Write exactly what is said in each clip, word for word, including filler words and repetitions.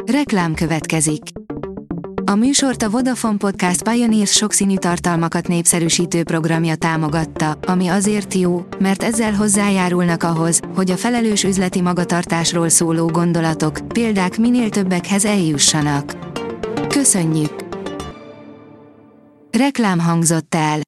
Reklám következik. A műsort a Vodafone Podcast Pioneers sokszínű tartalmakat népszerűsítő programja támogatta, ami azért jó, mert ezzel hozzájárulnak ahhoz, hogy a felelős üzleti magatartásról szóló gondolatok, példák minél többekhez eljussanak. Köszönjük! Reklám hangzott el.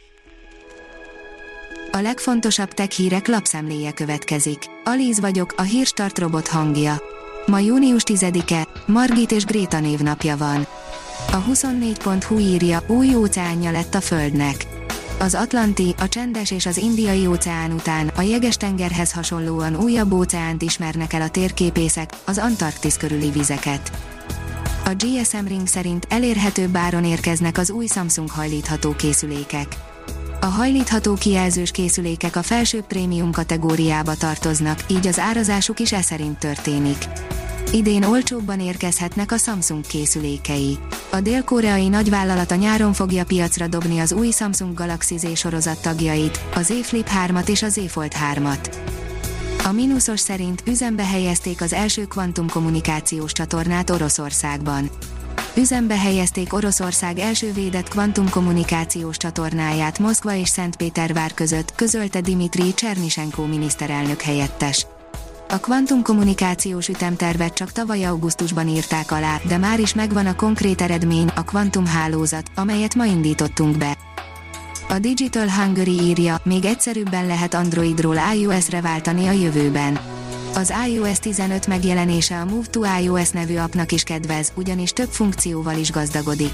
A legfontosabb tech hírek lapszemléje következik. Alíz vagyok, a Hírstart robot hangja. Ma június tizedike, Margit és Gréta névnapja van. A huszonnégy pont hu írja, új óceánja lett a Földnek. Az Atlanti, a Csendes és az Indiai óceán után a Jeges-tengerhez hasonlóan újabb óceánt ismernek el a térképészek, az Antarktisz körüli vizeket. A gé es em Ring szerint elérhetőbb áron érkeznek az új Samsung hajlítható készülékek. A hajlítható kijelzős készülékek a felsőbb prémium kategóriába tartoznak, így az árazásuk is e szerint történik. Idén olcsóbban érkezhetnek a Samsung készülékei. A dél-koreai nagyvállalat a nyáron fogja piacra dobni az új Samsung Galaxy Z sorozat tagjait, a Z Flip hármat és a Z Fold hármat. A mínuszos szerint üzembe helyezték az első kvantumkommunikációs csatornát Oroszországban. Üzembe helyezték Oroszország első védett kvantumkommunikációs csatornáját Moszkva és Szentpétervár között, közölte Dimitrij Csernyisenko miniszterelnök helyettes. A kvantumkommunikációs ütemtervet csak tavaly augusztusban írták alá, de már is megvan a konkrét eredmény, a kvantumhálózat, amelyet ma indítottunk be. A Digital Hungary írja, még egyszerűbben lehet Androidról iOS-re váltani a jövőben. Az iOS tizenöt megjelenése a Move to iOS nevű appnak is kedvez, ugyanis több funkcióval is gazdagodik.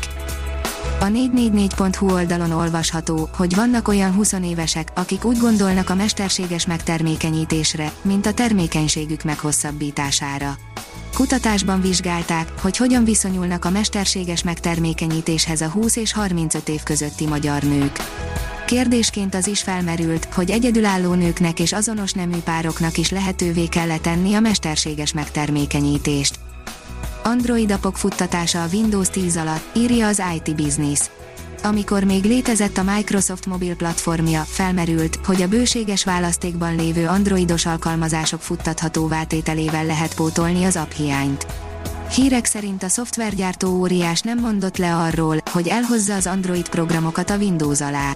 A négy négy négy pont hu oldalon olvasható, hogy vannak olyan huszonévesek, akik úgy gondolnak a mesterséges megtermékenyítésre, mint a termékenységük meghosszabbítására. Kutatásban vizsgálták, hogy hogyan viszonyulnak a mesterséges megtermékenyítéshez a húsz és harmincöt év közötti magyar nők. Kérdésként az is felmerült, hogy egyedülálló nőknek és azonos nemű pároknak is lehetővé kell tenni a mesterséges megtermékenyítést. Android appok futtatása a Windows tíz alatt, írja az i té Business. Amikor még létezett a Microsoft mobil platformja, felmerült, hogy a bőséges választékban lévő androidos alkalmazások futtathatóvá tételével lehet pótolni az apphiányt. Hírek szerint a szoftvergyártó óriás nem mondott le arról, hogy elhozza az Android programokat a Windows alá.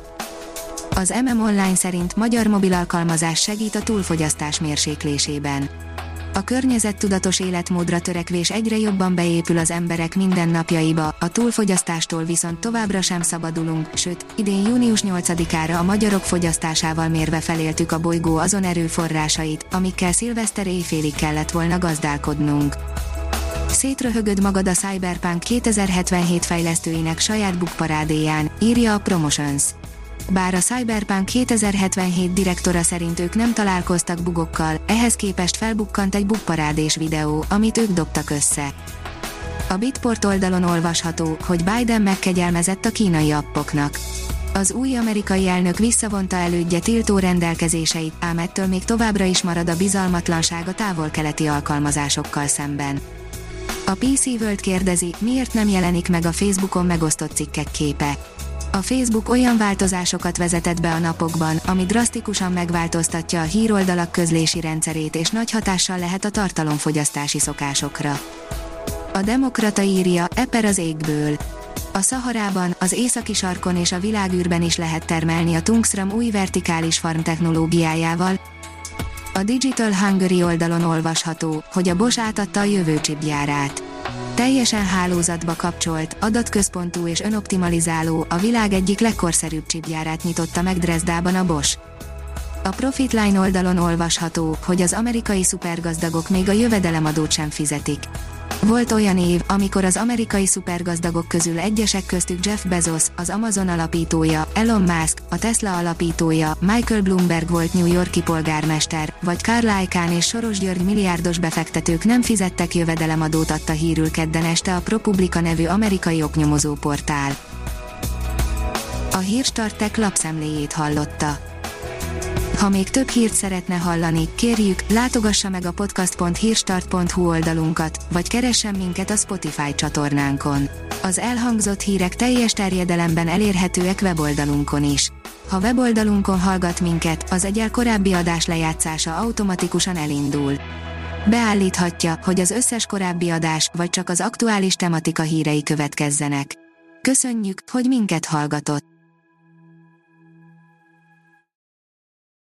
Az em em Online szerint magyar mobil alkalmazás segít a túlfogyasztás mérséklésében. A környezettudatos életmódra törekvés egyre jobban beépül az emberek mindennapjaiba, a túlfogyasztástól viszont továbbra sem szabadulunk, sőt, idén június nyolcadikára a magyarok fogyasztásával mérve feléltük a bolygó azon erőforrásait, amikkel szilveszter éjfélig kellett volna gazdálkodnunk. Szétröhögöd magad a Cyberpunk kétezer-hetvenhét fejlesztőinek saját bugparádéján, írja a Promotions. Bár a Cyberpunk kétezer-hetvenhét direktora szerint ők nem találkoztak bugokkal, ehhez képest felbukkant egy bugparádés videó, amit ők dobtak össze. A Bitport oldalon olvasható, hogy Biden megkegyelmezett a kínai appoknak. Az új amerikai elnök visszavonta elődje tiltó rendelkezéseit, ám ettől még továbbra is marad a bizalmatlanság a távol-keleti alkalmazásokkal szemben. A pé cé World kérdezi, miért nem jelenik meg a Facebookon megosztott cikkek képe. A Facebook olyan változásokat vezetett be a napokban, ami drasztikusan megváltoztatja a híroldalak közlési rendszerét és nagy hatással lehet a tartalomfogyasztási szokásokra. A Demokrata írja, eper az égből. A Szaharában, az északi sarkon és a világűrben is lehet termelni a Tungsram új vertikális farm technológiájával. A Digital Hungary oldalon olvasható, hogy a Bosch átadta a jövő chipgyárát. Teljesen hálózatba kapcsolt, adatközpontú és önoptimalizáló, a világ egyik legkorszerűbb chipgyárát nyitotta meg Dresdában a Bosch. A Profitline oldalon olvasható, hogy az amerikai szupergazdagok még a jövedelemadót sem fizetik. Volt olyan év, amikor az amerikai szupergazdagok közül egyesek köztük Jeff Bezos, az Amazon alapítója, Elon Musk, a Tesla alapítója, Michael Bloomberg volt New York-i polgármester, vagy Karl Icahn és Soros György milliárdos befektetők nem fizettek jövedelemadót, adta hírül kedden este a ProPublica nevű amerikai oknyomozó portál. A Hírstart Tech lapszemléjét hallotta. Ha még több hírt szeretne hallani, kérjük, látogassa meg a podcast pont hírstart pont hu oldalunkat, vagy keressen minket a Spotify csatornánkon. Az elhangzott hírek teljes terjedelemben elérhetőek weboldalunkon is. Ha weboldalunkon hallgat minket, az egyel korábbi adás lejátszása automatikusan elindul. Beállíthatja, hogy az összes korábbi adás, vagy csak az aktuális tematika hírei következzenek. Köszönjük, hogy minket hallgatott!